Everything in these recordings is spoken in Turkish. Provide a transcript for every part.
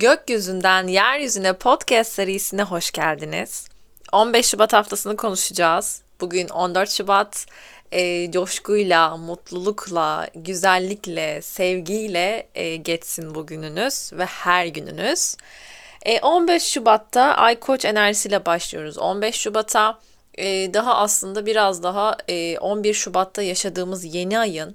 Gökyüzünden Yeryüzüne podcast serisine hoş geldiniz. 15 Şubat haftasını konuşacağız. Bugün 14 Şubat. Coşkuyla, mutlulukla, güzellikle, sevgiyle geçsin bugününüz ve her gününüz. 15 Şubat'ta Ay Koç enerjisiyle başlıyoruz. 15 Şubat'a daha aslında biraz daha 11 Şubat'ta yaşadığımız yeni ayın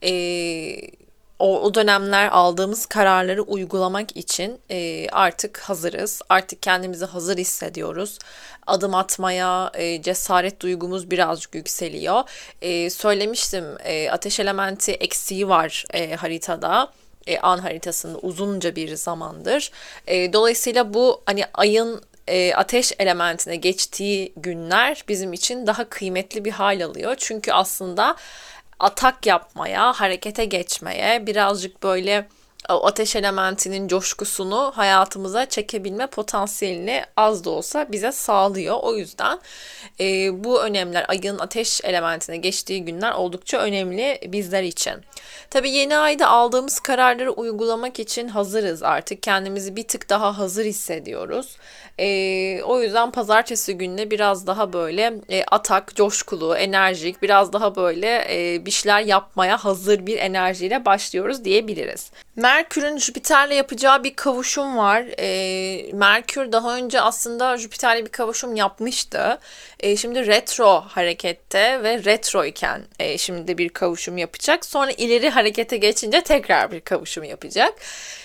o dönemler aldığımız kararları uygulamak için artık hazırız. Artık kendimizi hazır hissediyoruz. Adım atmaya cesaret duygumuz birazcık yükseliyor. Söylemiştim, ateş elementi eksiği var haritada. An haritasında uzunca bir zamandır. Dolayısıyla bu hani ayın ateş elementine geçtiği günler bizim için daha kıymetli bir hal alıyor. Çünkü aslında atak yapmaya, harekete geçmeye, birazcık böyle o ateş elementinin coşkusunu hayatımıza çekebilme potansiyelini az da olsa bize sağlıyor. O yüzden bu önemler, ayın ateş elementine geçtiği günler oldukça önemli bizler için. Tabii yeni ayda aldığımız kararları uygulamak için hazırız artık. Kendimizi bir tık daha hazır hissediyoruz. O yüzden pazartesi gününe biraz daha böyle atak, coşkulu, enerjik, biraz daha böyle bir şeyler yapmaya hazır bir enerjiyle başlıyoruz diyebiliriz. Merkür'ün Jüpiter'le yapacağı bir kavuşum var. Merkür daha önce aslında Jüpiter'le bir kavuşum yapmıştı. Şimdi retro harekette ve retro iken şimdi de bir kavuşum yapacak. Sonra ileri harekete geçince tekrar bir kavuşum yapacak.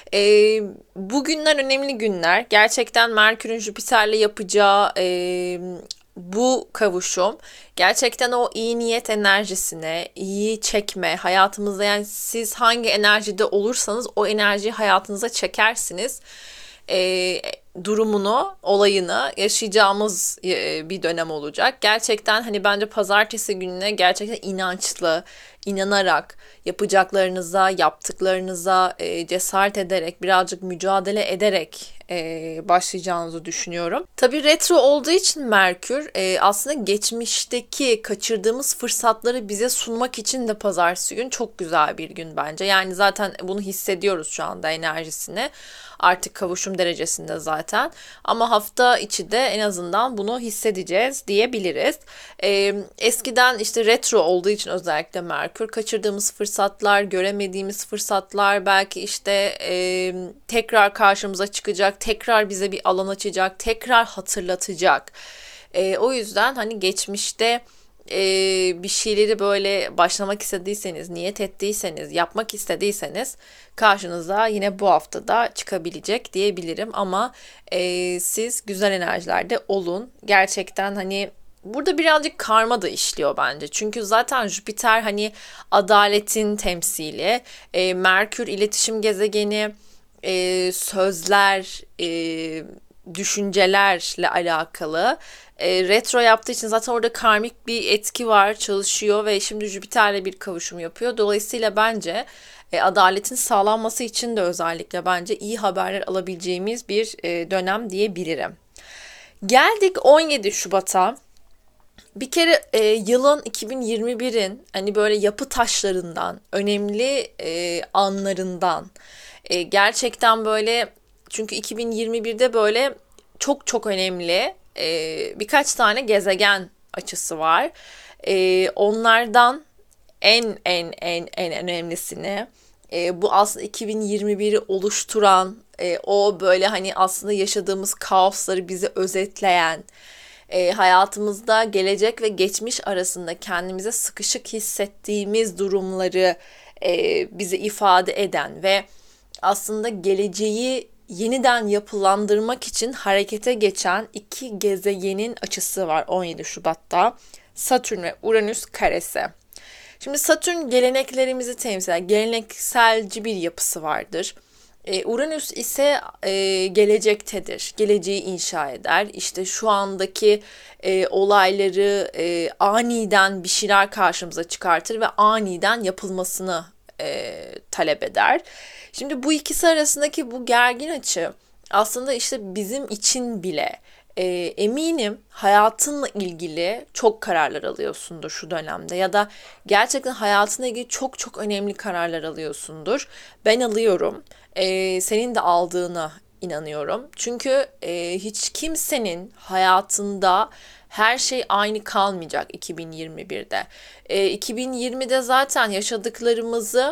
Bu günler önemli günler. Gerçekten Merkür'ün Jüpiter'le yapacağı bu kavuşum gerçekten o iyi niyet enerjisine, iyi çekme, hayatımızda yani siz hangi enerjide olursanız o enerjiyi hayatınıza çekersiniz. Durumunu, olayını yaşayacağımız bir dönem olacak. Gerçekten hani bence pazartesi gününe gerçekten inançlı, inanarak yapacaklarınıza, yaptıklarınıza cesaret ederek, birazcık mücadele ederek başlayacağınızı düşünüyorum. Tabii retro olduğu için Merkür aslında geçmişteki kaçırdığımız fırsatları bize sunmak için de pazartesi gün çok güzel bir gün bence. Yani zaten bunu hissediyoruz şu anda enerjisini. Artık kavuşum derecesinde zaten. Ama hafta içi de en azından bunu hissedeceğiz diyebiliriz. Eskiden işte retro olduğu için özellikle Merkür kaçırdığımız fırsatlar, göremediğimiz fırsatlar belki işte tekrar karşımıza çıkacak, tekrar bize bir alan açacak, tekrar hatırlatacak. O yüzden hani geçmişte bir şeyleri böyle başlamak istediyseniz, niyet ettiyseniz, yapmak istediyseniz karşınıza yine bu haftada çıkabilecek diyebilirim. Ama siz güzel enerjilerde olun. Gerçekten hani burada birazcık karma da işliyor bence. Çünkü zaten Jüpiter hani adaletin temsili, Merkür iletişim gezegeni, sözler, düşüncelerle alakalı. Retro yaptığı için zaten orada karmik bir etki var, çalışıyor ve şimdi Jüpiter'le bir kavuşum yapıyor. Dolayısıyla bence adaletin sağlanması için de özellikle bence iyi haberler alabileceğimiz bir dönem diyebilirim. Geldik 17 Şubat'a. Bir kere yılın 2021'in hani böyle yapı taşlarından, önemli anlarından gerçekten böyle, çünkü 2021'de böyle çok çok önemli birkaç tane gezegen açısı var. Onlardan en önemlisini, bu aslında 2021'i oluşturan, o böyle hani aslında yaşadığımız kaosları bize özetleyen, hayatımızda gelecek ve geçmiş arasında kendimize sıkışık hissettiğimiz durumları bize ifade eden ve aslında geleceği yeniden yapılandırmak için harekete geçen iki gezegenin açısı var 17 Şubat'ta. Satürn ve Uranüs karesi. Şimdi Satürn geleneklerimizi temsil eder. Gelenekselci bir yapısı vardır. Uranüs ise gelecektedir. Geleceği inşa eder. İşte şu andaki olayları aniden bir şeyler karşımıza çıkartır ve aniden yapılmasını talep eder. Şimdi bu ikisi arasındaki bu gergin açı aslında işte bizim için bile eminim hayatınla ilgili çok kararlar alıyorsundur şu dönemde ya da gerçekten hayatınla ilgili çok çok önemli kararlar alıyorsundur. Ben alıyorum. Senin de aldığını inanıyorum. Çünkü hiç kimsenin hayatında her şey aynı kalmayacak 2021'de. 2020'de zaten yaşadıklarımızı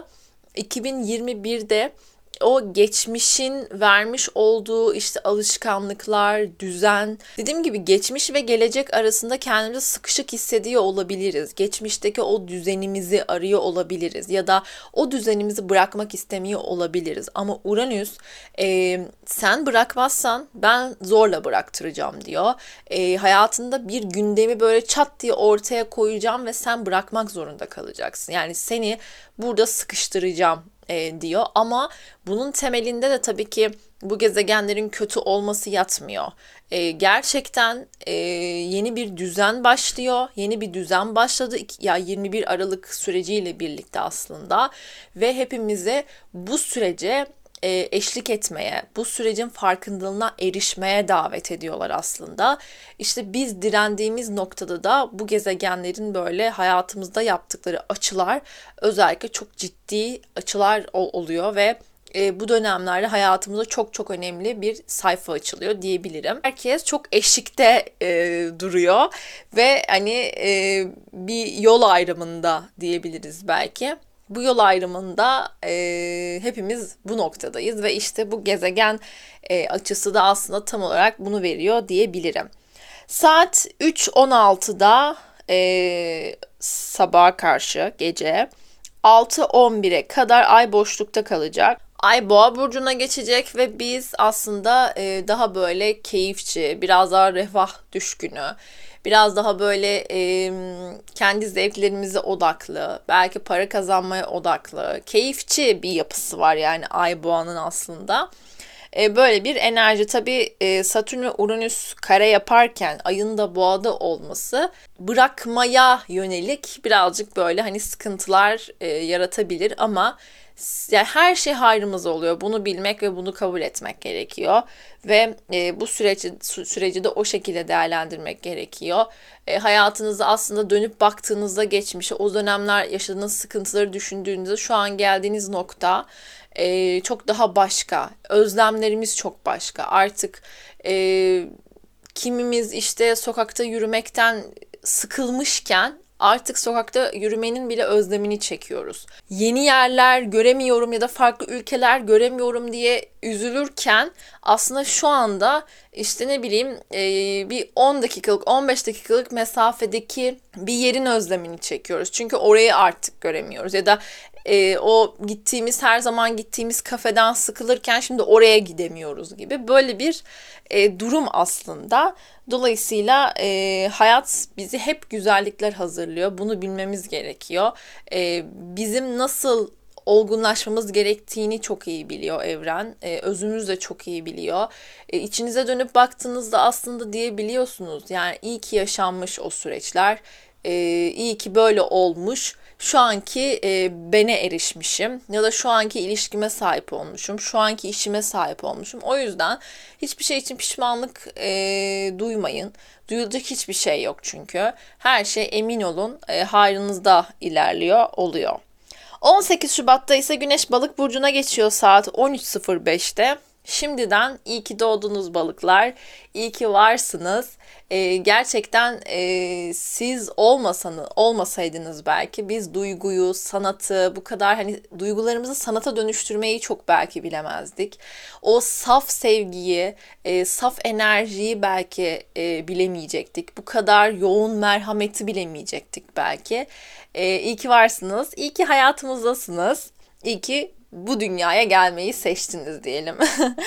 2021'de o geçmişin vermiş olduğu işte alışkanlıklar, düzen, dediğim gibi geçmiş ve gelecek arasında kendimizi sıkışık hissediyor olabiliriz. Geçmişteki o düzenimizi arıyor olabiliriz ya da o düzenimizi bırakmak istemiyor olabiliriz. Ama Uranüs sen bırakmazsan ben zorla bıraktıracağım diyor. Hayatında bir gündemi böyle çat diye ortaya koyacağım ve sen bırakmak zorunda kalacaksın. Yani seni burada sıkıştıracağım diyor. Ama bunun temelinde de tabii ki bu gezegenlerin kötü olması yatmıyor. Gerçekten yeni bir düzen başlıyor. Yeni bir düzen başladı. Ya 21 Aralık süreciyle birlikte aslında ve hepimizi bu sürece eşlik etmeye, bu sürecin farkındalığına erişmeye davet ediyorlar aslında. İşte biz direndiğimiz noktada da bu gezegenlerin böyle hayatımızda yaptıkları açılar özellikle çok ciddi açılar oluyor ve bu dönemlerde hayatımızda çok çok önemli bir sayfa açılıyor diyebilirim. Herkes çok eşikte duruyor ve hani bir yol ayrımında diyebiliriz belki. Bu yol ayrımında hepimiz bu noktadayız ve işte bu gezegen açısı da aslında tam olarak bunu veriyor diyebilirim. Saat 3.16'da sabaha karşı gece 6.11'e kadar ay boşlukta kalacak. Ay Boğa burcuna geçecek ve biz aslında daha böyle keyifçi, biraz daha refah düşkünü, biraz daha böyle kendi zevklerimize odaklı, belki para kazanmaya odaklı, keyifçi bir yapısı var yani Ay Boğa'nın aslında. Böyle bir enerji tabii Satürn ve Uranüs kare yaparken ayın da Boğa'da olması bırakmaya yönelik birazcık böyle hani sıkıntılar yaratabilir ama yani her şey hayrımıza oluyor. Bunu bilmek ve bunu kabul etmek gerekiyor. Ve bu süreci de o şekilde değerlendirmek gerekiyor. Hayatınızda aslında dönüp baktığınızda geçmişe, o dönemler yaşadığınız sıkıntıları düşündüğünüzde şu an geldiğiniz nokta çok daha başka. Özlemlerimiz çok başka. Artık kimimiz işte sokakta yürümekten sıkılmışken artık sokakta yürümenin bile özlemini çekiyoruz. Yeni yerler göremiyorum ya da farklı ülkeler göremiyorum diye üzülürken aslında şu anda işte ne bileyim bir 10 dakikalık 15 dakikalık mesafedeki bir yerin özlemini çekiyoruz. Çünkü orayı artık göremiyoruz ya da o gittiğimiz her zaman gittiğimiz kafeden sıkılırken şimdi oraya gidemiyoruz gibi böyle bir durum aslında. Dolayısıyla hayat bizi hep güzellikler hazırlıyor. Bunu bilmemiz gerekiyor. Bizim nasıl olgunlaşmamız gerektiğini çok iyi biliyor evren. Özümüz de çok iyi biliyor. İçinize dönüp baktığınızda aslında diyebiliyorsunuz. Yani iyi ki yaşanmış o süreçler. İyi ki böyle olmuş. Şu anki bene erişmişim ya da şu anki ilişkime sahip olmuşum, şu anki işime sahip olmuşum. O yüzden hiçbir şey için pişmanlık duymayın. Duyulacak hiçbir şey yok çünkü. Her şey emin olun hayrınızda ilerliyor oluyor. 18 Şubat'ta ise Güneş Balık burcuna geçiyor saat 13.05'te. Şimdiden iyi ki doğdunuz balıklar, iyi ki varsınız. Gerçekten siz olmasaydınız belki biz duyguyu, sanatı, bu kadar hani duygularımızı sanata dönüştürmeyi çok belki bilemezdik. O saf sevgiyi, saf enerjiyi belki bilemeyecektik. Bu kadar yoğun merhameti bilemeyecektik belki. İyi ki varsınız, iyi ki hayatımızdasınız, iyi ki bu dünyaya gelmeyi seçtiniz diyelim.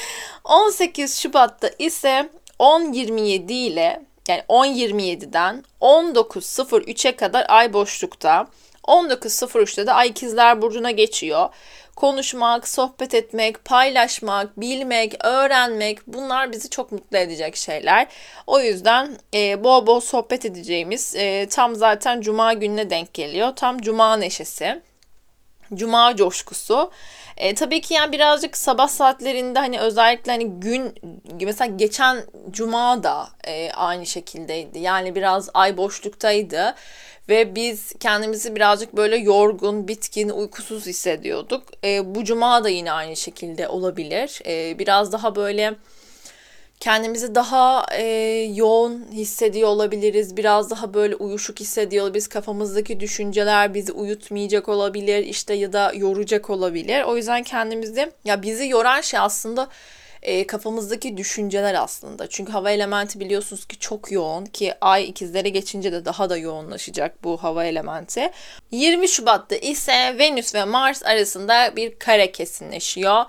18 Şubat'ta ise 10.27 ile yani 10.27'den 19.03'e kadar ay boşlukta. 19.03'te de ay İkizler Burcu'na geçiyor. Konuşmak, sohbet etmek, paylaşmak, bilmek, öğrenmek bunlar bizi çok mutlu edecek şeyler. O yüzden bol bol sohbet edeceğimiz tam zaten Cuma gününe denk geliyor. Tam Cuma neşesi. Cuma coşkusu. Tabii ki yani birazcık sabah saatlerinde hani özellikle hani gün mesela geçen cuma da aynı şekildeydi. Yani biraz ay boşluktaydı ve biz kendimizi birazcık böyle yorgun, bitkin, uykusuz hissediyorduk. Bu cuma da yine aynı şekilde olabilir. Biraz daha böyle kendimizi daha yoğun hissediyor olabiliriz. Biraz daha böyle uyuşuk hissediyor olabiliriz. Kafamızdaki düşünceler bizi uyutmayacak olabilir. İşte ya da yoracak olabilir. O yüzden kendimizi ya bizi yoran şey aslında kafamızdaki düşünceler aslında. Çünkü hava elementi biliyorsunuz ki çok yoğun ki ay ikizlere geçince de daha da yoğunlaşacak bu hava elementi. 20 Şubat'ta ise Venüs ve Mars arasında bir kare kesinleşiyor.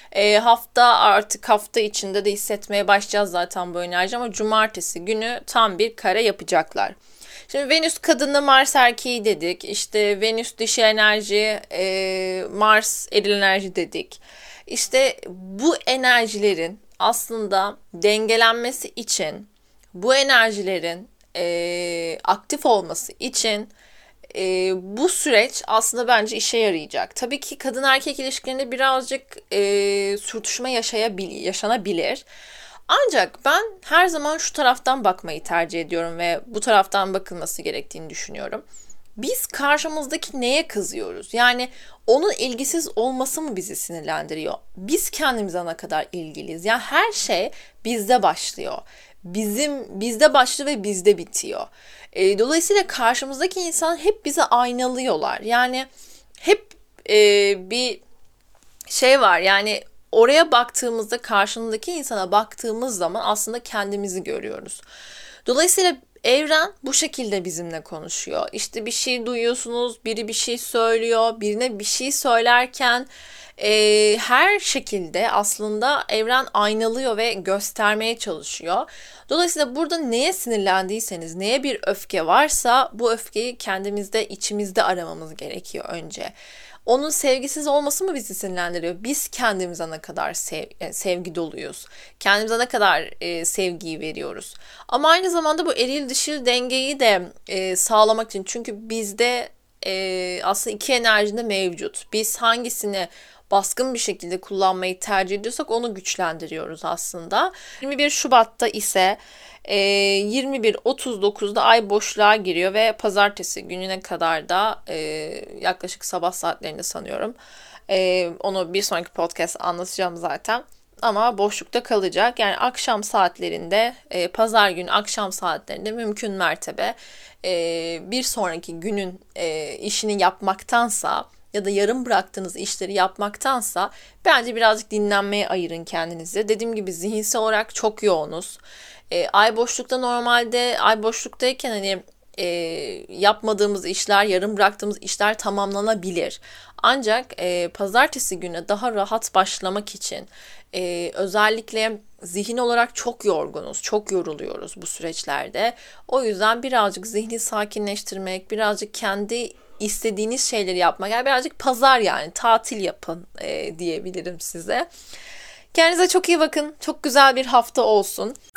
Hafta içinde de hissetmeye başlayacağız zaten bu enerji ama cumartesi günü tam bir kare yapacaklar. Şimdi Venüs kadını, Mars erkeği dedik. İşte Venüs dişi enerji, Mars eril enerji dedik. İşte bu enerjilerin aslında dengelenmesi için, bu enerjilerin aktif olması için bu süreç aslında bence işe yarayacak. Tabii ki kadın erkek ilişkilerinde birazcık sürtüşme yaşanabilir. Ancak ben her zaman şu taraftan bakmayı tercih ediyorum ve bu taraftan bakılması gerektiğini düşünüyorum. Biz karşımızdaki neye kızıyoruz? Yani onun ilgisiz olması mı bizi sinirlendiriyor? Biz kendimize ne kadar ilgiliyiz? Yani her şey bizde başlıyor. Bizde başlıyor ve bizde bitiyor. Dolayısıyla karşımızdaki insan hep bizi aynalıyorlar. Yani hep bir şey var. Yani oraya baktığımızda, karşımızdaki insana baktığımız zaman aslında kendimizi görüyoruz. Dolayısıyla evren bu şekilde bizimle konuşuyor. İşte bir şey duyuyorsunuz, biri bir şey söylüyor, birine bir şey söylerken her şekilde aslında evren aynalıyor ve göstermeye çalışıyor. Dolayısıyla burada neye sinirlendiyseniz, neye bir öfke varsa bu öfkeyi kendimizde, içimizde aramamız gerekiyor önce. Onun sevgisiz olması mı bizi sinirlendiriyor? Biz kendimize ne kadar sevgi doluyuz? Kendimize ne kadar sevgiyi veriyoruz? Ama aynı zamanda bu eril dişil dengeyi de sağlamak için. Çünkü bizde aslında iki enerji de mevcut. Biz hangisini baskın bir şekilde kullanmayı tercih ediyorsak onu güçlendiriyoruz aslında. 21 Şubat'ta ise 21.39'da ay boşluğa giriyor ve pazartesi gününe kadar da yaklaşık sabah saatlerinde sanıyorum. Onu bir sonraki podcast anlatacağım zaten. Ama boşlukta kalacak. Yani akşam saatlerinde, pazar günü akşam saatlerinde mümkün mertebe bir sonraki günün işini yapmaktansa ya da yarım bıraktığınız işleri yapmaktansa bence birazcık dinlenmeye ayırın kendinizi. Dediğim gibi zihinsel olarak çok yoğunuz. Ay boşlukta normalde ay boşluktayken hani yapmadığımız işler, yarım bıraktığımız işler tamamlanabilir. Ancak pazartesi günü daha rahat başlamak için özellikle zihin olarak çok yorgunuz, çok yoruluyoruz bu süreçlerde. O yüzden birazcık zihni sakinleştirmek, birazcık kendi istediğiniz şeyleri yapmak, yani birazcık pazar yani tatil yapın diyebilirim size. Kendinize çok iyi bakın. Çok güzel bir hafta olsun.